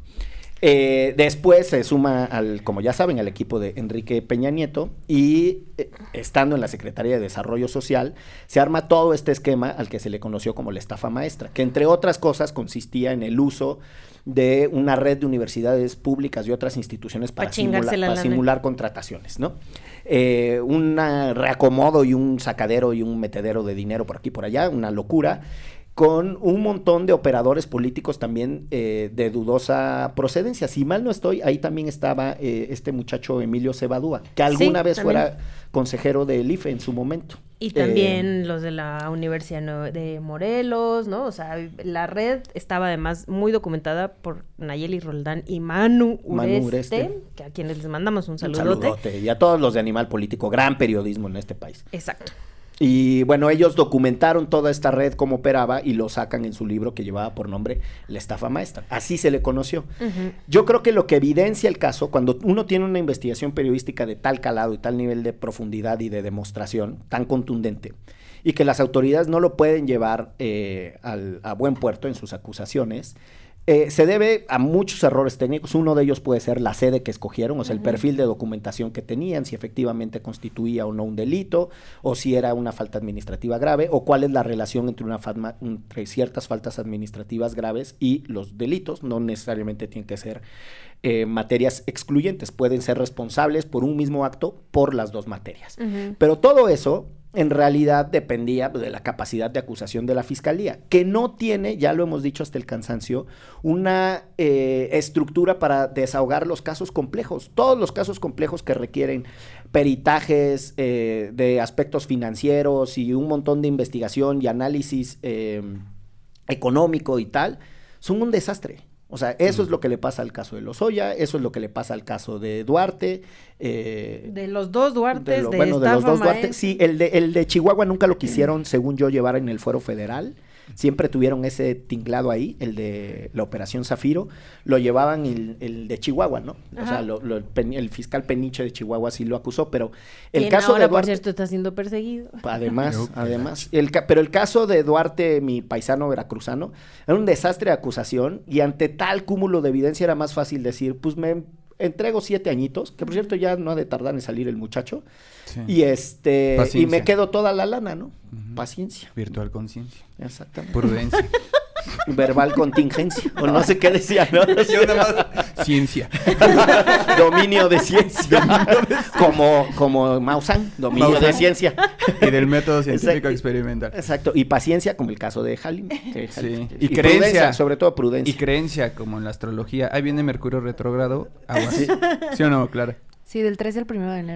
Después se suma como ya saben, al equipo de Enrique Peña Nieto y estando en la Secretaría de Desarrollo Social, se arma todo este esquema al que se le conoció como la estafa maestra, que entre otras cosas consistía en el uso de una red de universidades públicas y otras instituciones para, Pa' chingarse la lana. simular contrataciones, ¿no? Un reacomodo y un sacadero y un metedero de dinero por aquí y por allá, una locura, con un montón de operadores políticos también de dudosa procedencia. Si mal no estoy, ahí también estaba este muchacho Emilio Cebadúa, que alguna vez también. fuera consejero del IFE en su momento. Y también los de la Universidad de Morelos, ¿no? O sea, la red estaba además muy documentada por Nayeli Roldán y Manu Ureste, que a quienes les mandamos un Un saludote. saludote. Y a todos los de Animal Político, gran periodismo en este país. Exacto. Y bueno, ellos documentaron toda esta red, cómo operaba, y lo sacan en su libro que llevaba por nombre La estafa maestra. Así se le conoció. Ujú. Yo creo que lo que evidencia el caso, cuando uno tiene una investigación periodística de tal calado y tal nivel de profundidad y de demostración tan contundente, y que las autoridades no lo pueden llevar a buen puerto en sus acusaciones, se debe a muchos errores técnicos. Uno de ellos puede ser la sede que escogieron, o sea, el perfil de documentación que tenían, si efectivamente constituía o no un delito, o si era una falta administrativa grave, o cuál es la relación entre ciertas faltas administrativas graves y los delitos. No necesariamente tienen que ser materias excluyentes, pueden ser responsables por un mismo acto por las dos materias. Ujú. Pero todo eso en realidad dependía de la capacidad de acusación de la fiscalía, que no tiene, ya lo hemos dicho hasta el cansancio, una estructura para desahogar los casos complejos. Todos los casos complejos que requieren peritajes de aspectos financieros y un montón de investigación y análisis económico y tal, son un desastre. O sea, eso es lo que le pasa al caso de Lozoya, eso es lo que le pasa al caso de Duarte. De los dos Duartes, de los estafa dos Duarte. maestra. Sí, el de Chihuahua nunca lo quisieron, según yo, llevar en el fuero federal. Siempre tuvieron ese tinglado ahí, el de la Operación Zafiro. Lo llevaban el de Chihuahua, ¿no? O sea, el fiscal Peniche de Chihuahua sí lo acusó, pero el Quien caso ahora, de por Duarte... cierto, está siendo perseguido. Además. Pero el caso de Duarte, mi paisano veracruzano, era un desastre de acusación y ante tal cúmulo de evidencia era más fácil decir, pues me entrego 7 añitos, que por cierto ya no ha de tardar en salir el muchacho, Sí. y y Paciencia. me quedo toda la lana, ¿no? Ujú. Paciencia. Virtual conciencia. Exactamente. Prudencia. Verbal contingencia, o no sé qué decía, ¿no? Yo nada más. Ciencia. Dominio de ciencia. como Maussan, dominio de Maussan. ciencia. Y del método científico Exacto. experimental. Exacto, y paciencia como el caso de Halim. Sí. Y Y prudencia, creencia. sobre todo prudencia. Y creencia, como en la astrología. Ahí viene Mercurio retrógrado. Aguas. ¿Sí o no, Clara? Sí, del 3 al 1 de enero.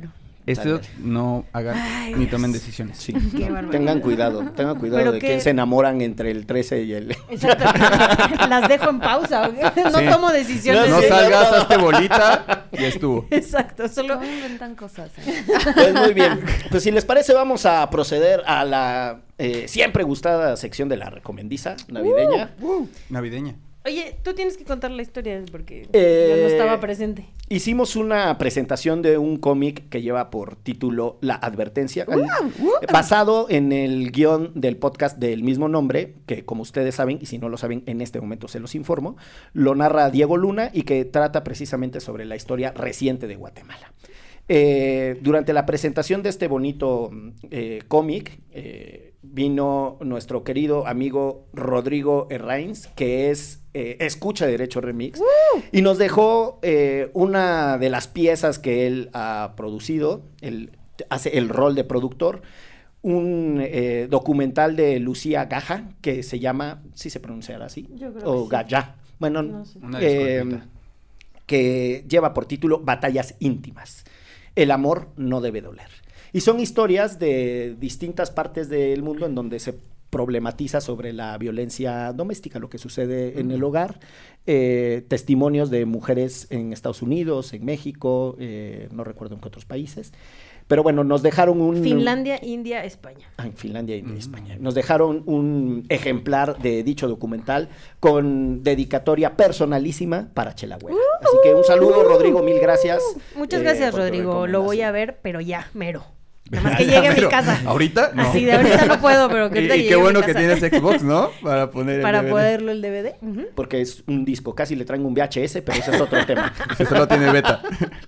Esto no hagan Ay, ni Dios. tomen decisiones. Sí. Qué barbaridad. Tengan cuidado Pero de qué- quién se enamoran entre el 13 y el... Exacto. Las dejo en pausa. No Sí. tomo decisiones. No Sí, salgas, no. hazte bolita y estuvo. Exacto. Solo ¿Cómo inventan cosas? Pues muy bien. Pues si les parece, vamos a proceder a la siempre gustada sección de la recomendiza navideña. Navideña. Oye, tú tienes que contar la historia porque yo Eh, no estaba presente. Hicimos una presentación de un cómic que lleva por título La Advertencia, basado en el guión del podcast del mismo nombre, que como ustedes saben, y si no lo saben, en este momento se los informo, lo narra Diego Luna y que trata precisamente sobre la historia reciente de Guatemala. Durante la presentación de este bonito cómic, vino nuestro querido amigo Rodrigo Herrains, que es escucha Derecho Remix, y nos dejó una de las piezas que él ha producido. Él hace el rol de productor, un documental de Lucía Gaja, que se llama, ¿sí se pronunciará así? Yo creo O que sí. Gaya. Bueno, No sé. Una disculpita. que lleva por título Batallas íntimas. El amor no debe doler. Y son historias de distintas partes del mundo en donde se problematiza sobre la violencia doméstica, lo que sucede en el hogar, testimonios de mujeres en Estados Unidos, en México, no recuerdo en qué otros países. Pero bueno, nos dejaron un... Finlandia, India, España. Ah, en Finlandia y en España. Nos dejaron un ejemplar de dicho documental con dedicatoria personalísima para Chela Güera. Así que un saludo, Rodrigo, mil gracias. Muchas gracias, por tu Rodrigo. Lo voy a recomendación. ver, pero ya, mero. Nada más que llegue a mi Pero, casa. ¿ahorita? No. Así de ahorita no puedo, pero que Y, ahorita y llegue qué a mi bueno que casa. tienes Xbox, ¿no? Para poner el Para DVD. poderlo el DVD. Ujú. Porque es un disco, casi le traen un VHS, pero ese es otro tema. Si solo tiene beta.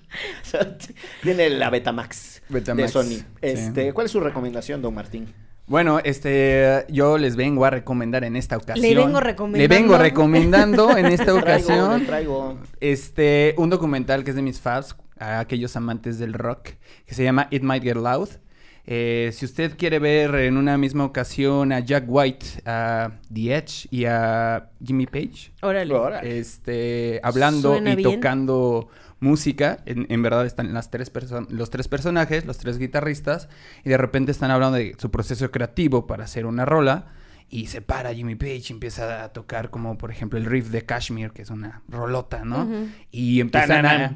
Tiene la Betamax, Betamax, de Sony. sí. ¿Cuál es su recomendación, don Martín? Bueno, yo les vengo a recomendar en esta ocasión. Le vengo recomendando. Le vengo recomendando en esta ocasión. Le traigo. Un documental que es de mis faves, a aquellos amantes del rock, que se llama It Might Get Loud. Si usted quiere ver en una misma ocasión a Jack White, a The Edge y a Jimmy Page, Órale. hablando Suena y bien. tocando música, en verdad están los tres personajes, los tres guitarristas, y de repente están hablando de su proceso creativo para hacer una rola, y se para Jimmy Page y empieza a tocar como, por ejemplo, el riff de Kashmir, que es una rolota, ¿no? Ujú. Y empiezan a...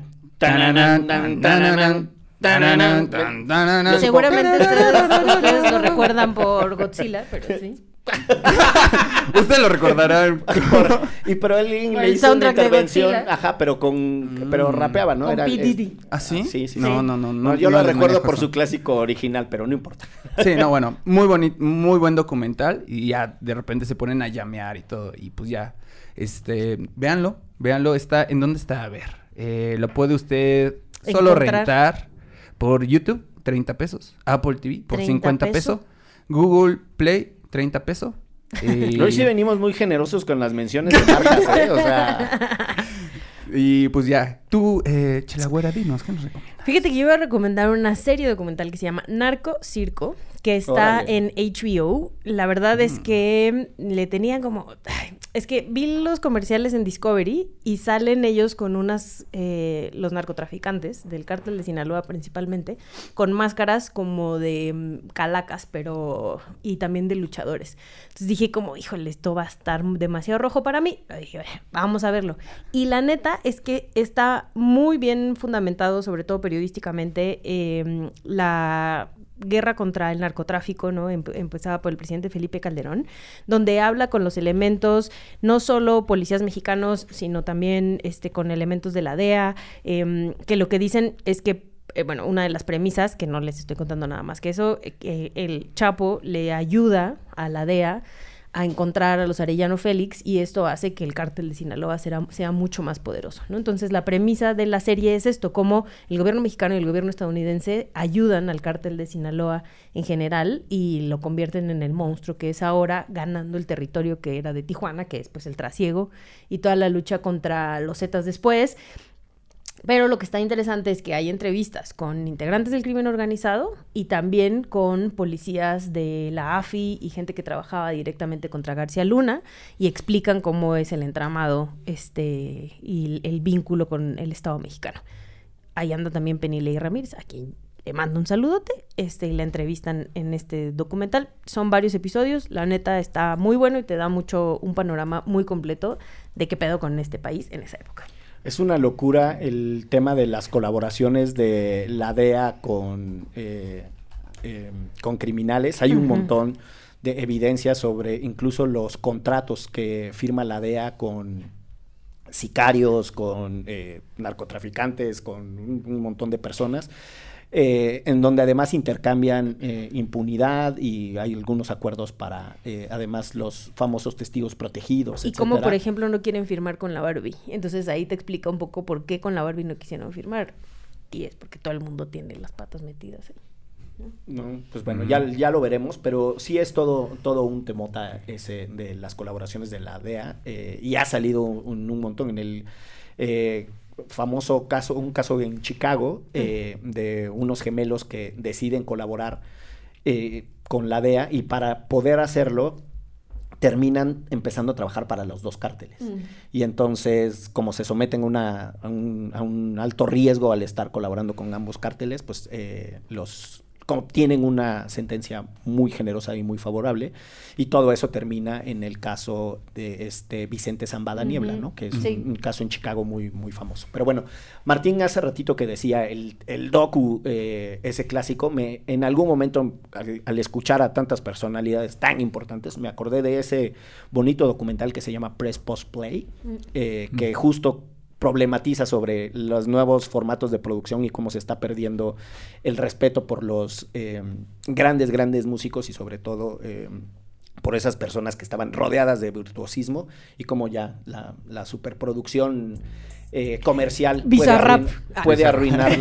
Seguramente ustedes lo recuerdan por Godzilla, pero sí. Ustedes lo recordarán. Pero él Por le el hizo una soundtrack de intervención, Godzilla. ajá, pero rapeaba, ¿no? Con P. Diddy. ¿Ah, sí? Sí, sí, No, sí. no. Yo lo les recuerdo manejo por eso. su clásico original, pero no importa. Sí, no, bueno, muy bonito, muy buen documental, y ya de repente se ponen a llamear y todo, y pues ya, véanlo, ¿en dónde está? A ver, lo puede usted solo Encontrar. rentar por YouTube, 30 pesos, Apple TV por 30 50 pesos. pesos, Google Play, 30 pesos. Hoy sí venimos muy generosos con las menciones de marcas, ¿eh? O sea, Y pues ya, tú, Chela Güera, dinos, ¿qué nos recomiendas? Fíjate que yo iba a recomendar una serie documental que se llama Narco Circo, que está Órale. en HBO. La verdad es que le tenían como... ay, es que vi los comerciales en Discovery y salen ellos con los narcotraficantes del cártel de Sinaloa principalmente, con máscaras como de calacas, y también de luchadores. Entonces dije como, híjole, esto va a estar demasiado rojo para mí. Y dije, vamos a verlo. Y la neta es que está muy bien fundamentado, sobre todo periodísticamente, la guerra contra el narcotráfico, ¿no? Empezaba por el presidente Felipe Calderón, donde habla con los elementos, no solo policías mexicanos, sino también con elementos de la DEA, que lo que dicen es que una de las premisas, que no les estoy contando nada más que eso, el Chapo le ayuda a la DEA a encontrar a los Arellano Félix, y esto hace que el cártel de Sinaloa sea mucho más poderoso, ¿no? Entonces, la premisa de la serie es esto, cómo el gobierno mexicano y el gobierno estadounidense ayudan al cártel de Sinaloa en general y lo convierten en el monstruo que es ahora, ganando el territorio que era de Tijuana, que es pues el trasiego, y toda la lucha contra los Zetas después. Pero lo que está interesante es que hay entrevistas con integrantes del crimen organizado y también con policías de la AFI y gente que trabajaba directamente contra García Luna, y explican cómo es el entramado y el vínculo con el Estado mexicano. Ahí anda también Penilei Ramírez, a quien manda un saludote y la entrevistan en este documental. Son varios episodios, la neta está muy bueno y te da un panorama muy completo de qué pedo con este país en esa época. Es una locura el tema de las colaboraciones de la DEA con criminales. Hay un montón de evidencia sobre incluso los contratos que firma la DEA con sicarios, con narcotraficantes, con un montón de personas, en donde además intercambian impunidad y hay algunos acuerdos para, además, los famosos testigos protegidos, Y etcétera. como, por ejemplo, no quieren firmar con la Barbie. Entonces ahí te explica un poco por qué con la Barbie no quisieron firmar. Y es porque todo el mundo tiene las patas metidas ahí. No, pues bueno, ya lo veremos, pero sí es todo un temota ese de las colaboraciones de la DEA, y ha salido un montón en el famoso caso, un caso en Chicago, de unos gemelos que deciden colaborar con la DEA, y para poder hacerlo terminan empezando a trabajar para los dos cárteles. Y entonces, como se someten a un alto riesgo al estar colaborando con ambos cárteles, pues tienen una sentencia muy generosa y muy favorable, y todo eso termina en el caso de Vicente Zambada Niebla, ¿no? Que es un caso en Chicago muy, muy famoso. Pero bueno, Martín hace ratito que decía el docu, ese clásico, en algún momento al escuchar a tantas personalidades tan importantes, me acordé de ese bonito documental que se llama Press Post Play, que justo problematiza sobre los nuevos formatos de producción y cómo se está perdiendo el respeto por los grandes músicos, y sobre todo por esas personas que estaban rodeadas de virtuosismo, y cómo ya la superproducción comercial puede arruinar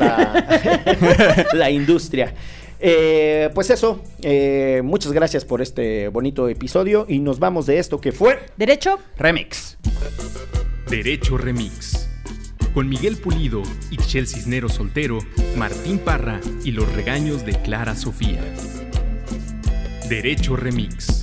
la industria. Pues eso, muchas gracias por este bonito episodio, y nos vamos de esto que fue Derecho Remix. Derecho Remix. Con Miguel Pulido, Ixchel Cisneros Soltero, Martín Parra y los regaños de Clara Sofía. Derecho Remix.